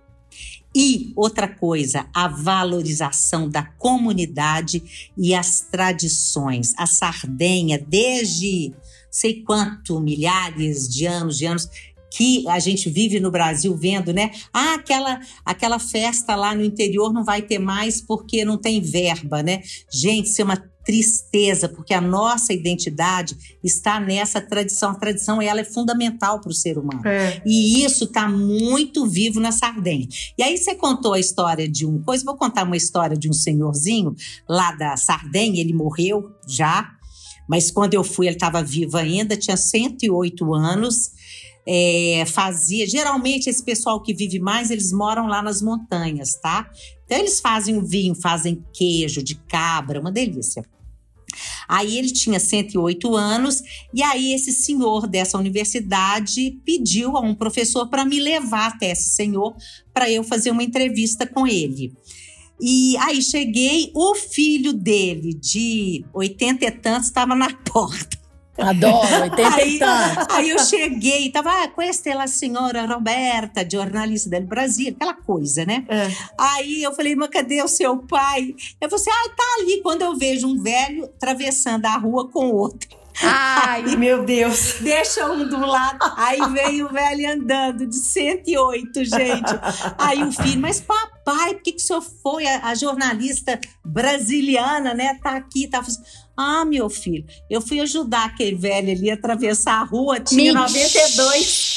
E outra coisa, a valorização da comunidade e as tradições. A Sardenha, desde sei quanto, milhares de anos, de anos, que a gente vive no Brasil vendo, né? Ah, aquela, aquela festa lá no interior não vai ter mais porque não tem verba, né? Gente, isso é uma tristeza, porque a nossa identidade está nessa tradição. A tradição, ela é fundamental para o ser humano.
É.
E isso está muito vivo na Sardenha. E aí você contou a história de um... Pois vou contar uma história de um senhorzinho lá da Sardenha, ele morreu já. Mas quando eu fui, ele estava vivo ainda, tinha cento e oito anos. É, fazia, geralmente esse pessoal que vive mais, eles moram lá nas montanhas, tá? Então eles fazem o vinho, fazem queijo de cabra, uma delícia. Aí ele tinha cento e oito anos, e aí esse senhor dessa universidade pediu a um professor para me levar até esse senhor, para eu fazer uma entrevista com ele. E aí cheguei, o filho dele, de oitenta e tantos, estava na porta.
Adoro, oitenta
aí,
e tantos.
Aí eu cheguei, tava, ah, questa é a senhora Roberta, jornalista do Brasil, aquela coisa, né?
É.
Aí eu falei, mas cadê o seu pai? Eu falei assim, ah, tá ali, quando eu vejo um velho atravessando a rua com outro.
Ai, meu Deus.
Deixa um do lado, aí vem o velho andando de cento e oito, gente. Aí o filho, mas papai, por que, que o senhor foi? A, a jornalista brasiliana, né, tá aqui, tá fazendo... Ah, meu filho, eu fui ajudar aquele velho ali a atravessar a rua, tinha noventa e dois.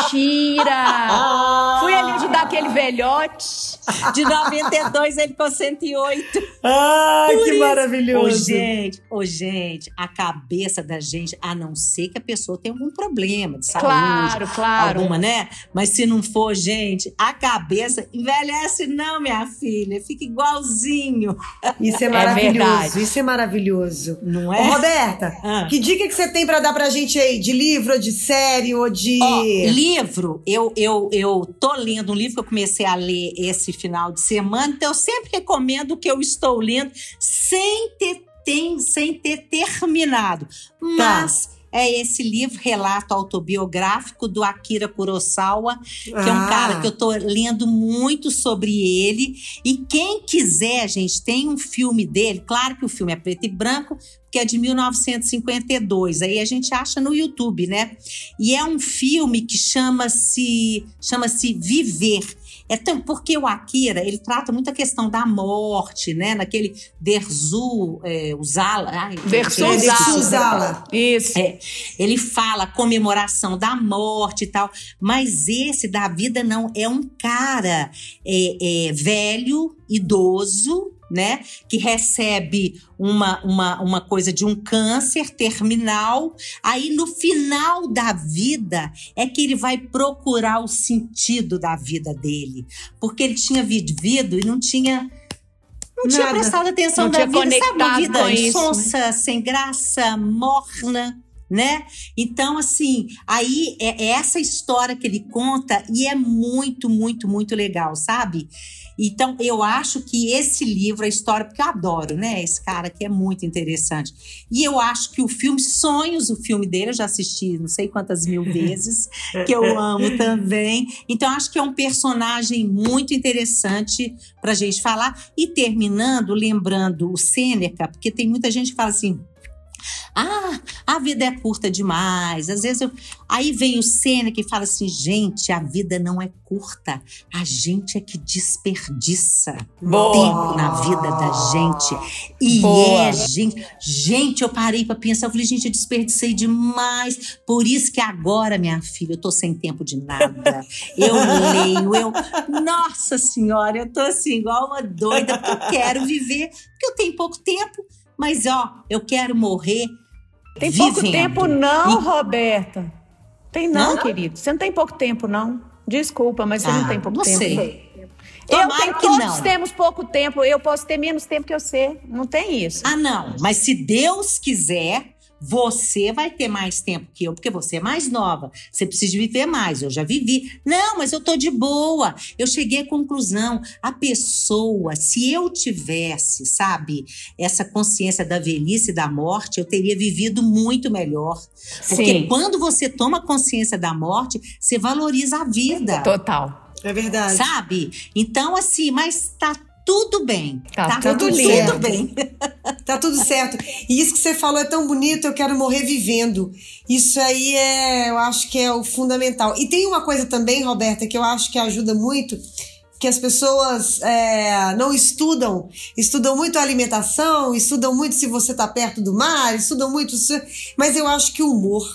Mentira! Fui ali ajudar aquele velhote.
De noventa e dois, ele com cento e oito.
Ai,
Por
que
isso.
maravilhoso.
Ô, gente, ô, gente, a cabeça da gente, a não ser que a pessoa tenha algum problema de saúde.
Claro, claro.
Alguma, né? Mas se não for, gente, a cabeça envelhece não, minha filha. Fica igualzinho.
Isso é
É
maravilhoso,
verdade.
isso é maravilhoso.
Não
Ô,
é?
Roberta,
Ah.
que dica que você tem pra dar pra gente aí? De livro, ou de série, ou de...
Ó, livro, eu, eu, eu tô lendo um livro que eu comecei a ler esse final de semana, então eu sempre recomendo o que eu estou lendo sem ter, tem, sem ter terminado. Mas é esse livro, Relato Autobiográfico, do Akira Kurosawa, que é um
Ah.
cara que eu tô lendo muito sobre ele. E quem quiser, gente, tem um filme dele, claro que o filme é preto e branco, que é de mil novecentos e cinquenta e dois. Aí a gente acha no YouTube, né? E é um filme que chama-se chama-se Viver. É tão, porque o Akira, ele trata muito a questão da morte, né? Naquele Derzu é, Uzala. Ai,
Dersu
gente,
Dersu
Uzala.
Uzala.
Isso.
É, ele fala comemoração da morte e tal, mas esse da vida não, é um cara é, é, velho, idoso, né, que recebe uma, uma, uma coisa de um câncer terminal, aí no final da vida é que ele vai procurar o sentido da vida dele, porque ele tinha vivido e não tinha não tinha
Nada.
prestado atenção
Não
na
tinha
vida, sabe, uma
conectado
vida
com isso,
insonsa, sem graça, morna, né? Então, assim, aí é, é essa história que ele conta e é muito, muito, muito legal, sabe? Então, eu acho que esse livro, a história, porque eu adoro, né? Esse cara que é muito interessante. E eu acho que o filme Sonhos, o filme dele, eu já assisti não sei quantas mil vezes, que eu amo também. Então, acho que é um personagem muito interessante pra gente falar. E terminando, lembrando o Sêneca, porque tem muita gente que fala assim, ah, a vida é curta demais. Às vezes eu... Aí vem o Sêneca e fala assim, gente, a vida não é curta. A gente é que desperdiça
Boa.
tempo na vida da gente. E
Boa.
é, gente... Gente, eu parei pra pensar, eu falei, gente, eu desperdicei demais. Por isso que agora, minha filha, eu tô sem tempo de nada. Eu leio, eu... Nossa Senhora, eu tô assim, igual uma doida, porque eu quero viver, porque eu tenho pouco tempo. Mas, ó, eu quero morrer
Tem
vivendo.
pouco tempo não,
E-
Roberta. Tem não,
Não?
querido. Você não tem pouco tempo, não. Desculpa, mas você
Ah,
não tem pouco
não
tempo.
sei.
Eu
Tomara
tenho,
que
todos
não.
temos pouco tempo. Eu posso ter menos tempo que você. Não tem isso.
Ah, não. Mas se Deus quiser, você vai ter mais tempo que eu, porque você é mais nova. Você precisa viver mais. Eu já vivi. Não, mas eu tô de boa. Eu cheguei à conclusão. A pessoa, se eu tivesse, sabe, essa consciência da velhice e da morte, eu teria vivido muito melhor. Porque
Sim.
quando você toma consciência da morte, você valoriza a vida.
Total.
É verdade.
Sabe? Então, assim, mas tá tudo bem.
Tá
tudo
tudo
lindo.
bem.
Tá tudo certo. E isso que você falou é tão bonito, eu quero morrer vivendo. Isso aí é, eu acho que é o fundamental. E tem uma coisa também, Roberta, que eu acho que ajuda muito, que as pessoas é, não estudam. Estudam muito a alimentação, estudam muito se você tá perto do mar, estudam muito... se- Mas eu acho que o humor...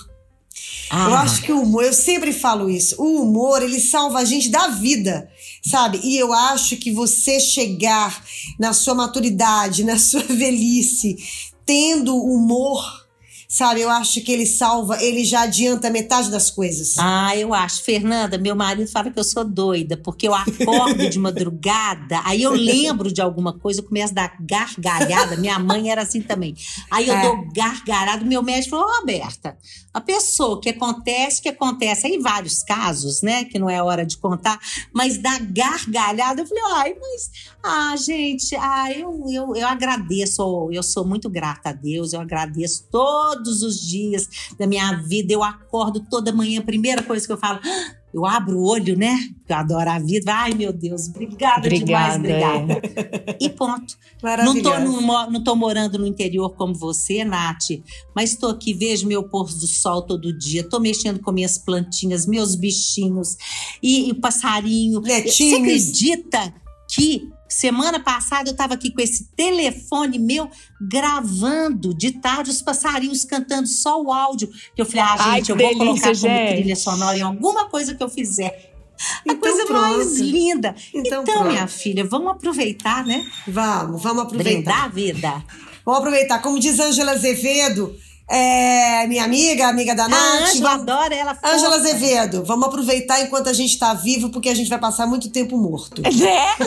Eu
Ah,
acho que o humor, eu sempre falo isso, o humor, ele salva a gente da vida, sabe? E eu acho que você chegar na sua maturidade, na sua velhice, tendo humor, sabe? Eu acho que ele salva, ele já adianta metade das coisas.
Ah, eu acho. Fernanda, meu marido fala que eu sou doida, porque eu acordo de madrugada, aí eu lembro de alguma coisa, eu começo a dar gargalhada. Minha mãe era assim também. Aí eu é. dou gargalhada, meu médico falou, oh, Roberta, a pessoa que acontece, que acontece, aí vários casos, né, que não é hora de contar, mas dá gargalhada. Eu falei, ai, mas, ah, gente, ah, eu, eu, eu agradeço, eu sou muito grata a Deus, eu agradeço todos os dias da minha vida, eu acordo toda manhã, a primeira coisa que eu falo, eu abro o olho, né? Eu adoro a vida. Ai, meu Deus, obrigada, obrigada demais, obrigada. É. E ponto. Não tô, no, não tô morando no interior como você, Nath, mas tô aqui, vejo meu pôr do sol todo dia, tô mexendo com minhas plantinhas, meus bichinhos e, e passarinho.
Netinhos.
Você acredita que semana passada eu tava aqui com esse telefone meu gravando de tarde os passarinhos cantando só o áudio. Que eu falei, ah,
Ai,
gente, eu
delícia,
vou colocar
gente.
como trilha sonora em alguma coisa que eu fizer. A
então,
coisa
pronto.
mais linda.
Então,
então minha filha, vamos aproveitar, né?
Vamos, vamos aproveitar.
Brindar a vida.
Vamos aproveitar. Como diz Ângela Azevedo, é, minha amiga, amiga da Nath.
A Ângela adora ela.
Ângela Azevedo, vamos aproveitar enquanto a gente tá vivo, porque a gente vai passar muito tempo morto.
É?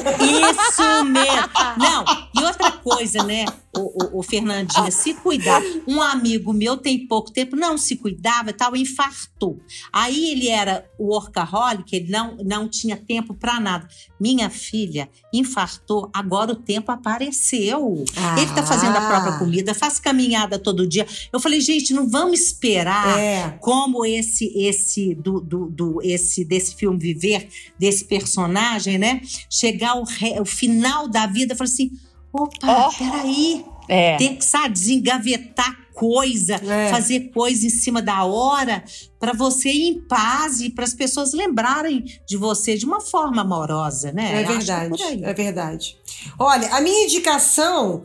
Isso mesmo. Não, e outra coisa, né, o, o, o Fernandinha, se cuidar. Um amigo meu tem pouco tempo, não se cuidava e tal, infartou. Aí ele era workaholic, ele não, não tinha tempo pra nada. Minha filha infartou, agora o tempo apareceu. Ah. Ele tá fazendo a própria comida, faz caminhada todo dia. Eu falei, gente, não vamos esperar
é.
como esse, esse, do, do, do, esse desse filme Viver, desse personagem, né? Chegar ao, re, ao final da vida, eu falei assim, opa, oh. peraí.
É.
Tem que, sabe, desengavetar coisa, é. fazer coisa em cima da hora, para você ir em paz e para as pessoas lembrarem de você de uma forma amorosa, né?
É verdade, é verdade. Olha, a minha indicação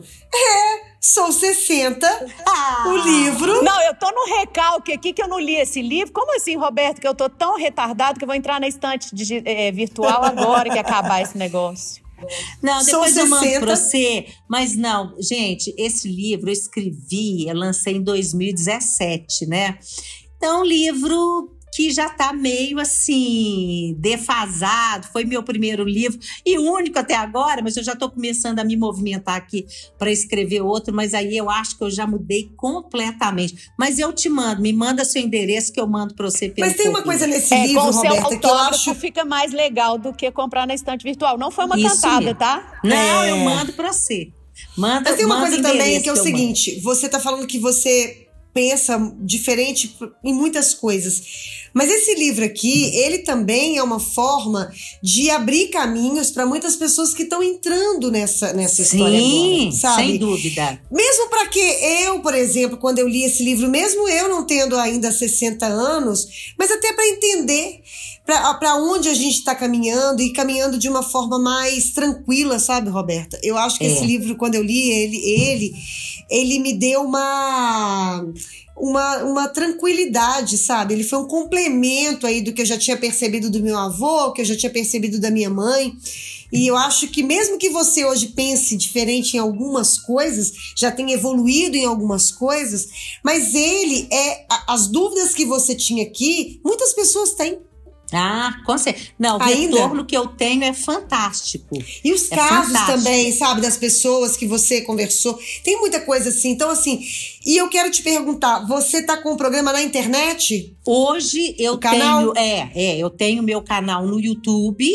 é Sou sessenta, ah. o livro.
Não, eu tô no recalque aqui que eu não li esse livro. Como assim, Roberto, que eu tô tão retardado que eu vou entrar na estante de, é, virtual agora que acabar esse negócio?
Não, depois eu mando pra você. Mas não, gente, esse livro eu escrevi, eu lancei em dois mil e dezessete, né? Então, um livro que já tá meio assim, defasado. Foi meu primeiro livro e único até agora, mas eu já tô começando a me movimentar aqui para escrever outro, mas aí eu acho que eu já mudei completamente. Mas eu te mando, me manda seu endereço que eu mando para você pelo
Mas tem uma coisa nesse
é,
livro,
com
Roberta,
seu
que eu acho...
fica mais legal do que comprar na estante virtual. Não foi uma
Isso
cantada,
mesmo.
tá?
Não,
é.
eu mando para você. Manda,
mas tem uma coisa também que é o
que
seguinte,
mando.
Você tá falando que você pensa diferente em muitas coisas. Mas esse livro aqui, ele também é uma forma de abrir caminhos para muitas pessoas que estão entrando nessa, nessa
Sim,
história agora, sabe?
Sem dúvida.
Mesmo para que eu, por exemplo, quando eu li esse livro, mesmo eu não tendo ainda sessenta anos, mas até para entender para onde a gente está caminhando e caminhando de uma forma mais tranquila, sabe, Roberta? Eu acho que é. esse livro, quando eu li ele, ele, ele me deu uma... Uma, uma tranquilidade, sabe? Ele foi um complemento aí do que eu já tinha percebido do meu avô, que eu já tinha percebido da minha mãe. E eu acho que mesmo que você hoje pense diferente em algumas coisas, já tenha evoluído em algumas coisas, mas ele é... As dúvidas que você tinha aqui, muitas pessoas têm.
Ah, com certeza. Não, o
Ainda?
retorno que eu tenho é fantástico.
E os
é
casos
fantástico.
também, sabe, das pessoas que você conversou. Tem muita coisa assim. Então, assim, e eu quero te perguntar, você tá com um programa na internet?
Hoje eu
o canal?
tenho, é, é, eu tenho meu canal no YouTube,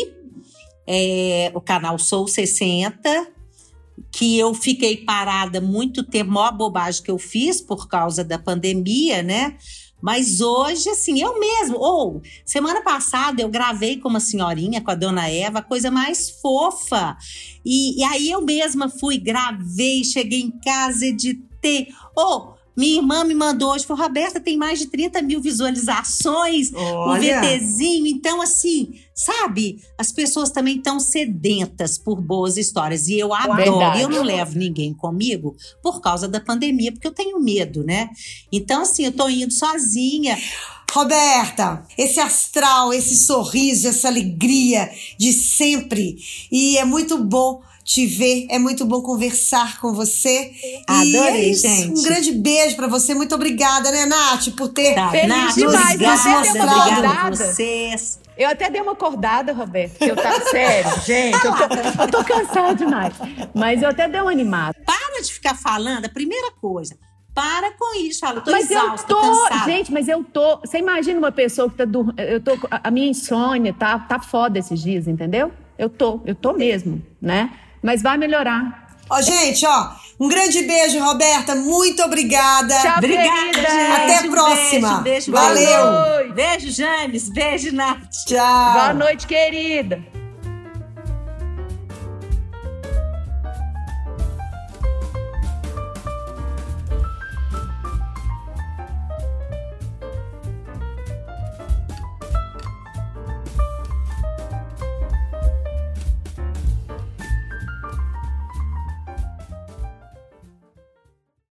é, o canal Sou sessenta, que eu fiquei parada muito tempo, maior bobagem que eu fiz por causa da pandemia, né? Mas hoje, assim, eu mesmo, ou, semana passada eu gravei com uma senhorinha, com a dona Eva, a coisa mais fofa. E, e aí eu mesma fui, gravei, cheguei em casa, editei. Ou, minha irmã me mandou hoje, falou, Roberta, tem mais de trinta mil visualizações,
Olha.
o VTzinho. Então, assim, sabe, as pessoas também estão sedentas por boas histórias. E eu adoro,
Verdade.
eu não levo ninguém comigo por causa da pandemia, porque eu tenho medo, né? Então, assim, eu tô indo sozinha.
Roberta, esse astral, esse sorriso, essa alegria de sempre. E é muito bom te ver, é muito bom conversar com você.
Adorei,
e é isso.
gente.
Um grande beijo pra você, muito obrigada, né, Nath, por ter
Tá,
Feliz
Nath,
demais,
obrigada,
você deu uma
obrigada a
acordada.
vocês.
Eu até dei uma acordada, Roberto. que Eu tava sério, gente. Eu tô, eu tô cansada demais. Mas eu até dei uma animada.
Para de ficar falando, a primeira coisa. Para com isso, fala, eu tô
Mas
exausta,
eu tô,
cansada.
gente, mas eu tô. Você imagina uma pessoa que tá dormindo. Eu tô. A minha insônia tá, tá foda esses dias, entendeu? Eu tô, eu tô mesmo, né? Mas vai melhorar.
Ó, gente, ó, um grande beijo, Roberta, muito obrigada.
Tchau,
Obrigada,
querida.
gente.
Até a
Um
próxima.
Beijo, beijo,
Valeu.
beijo. Beijo, James. Beijo, Nath.
Tchau.
Boa noite, querida.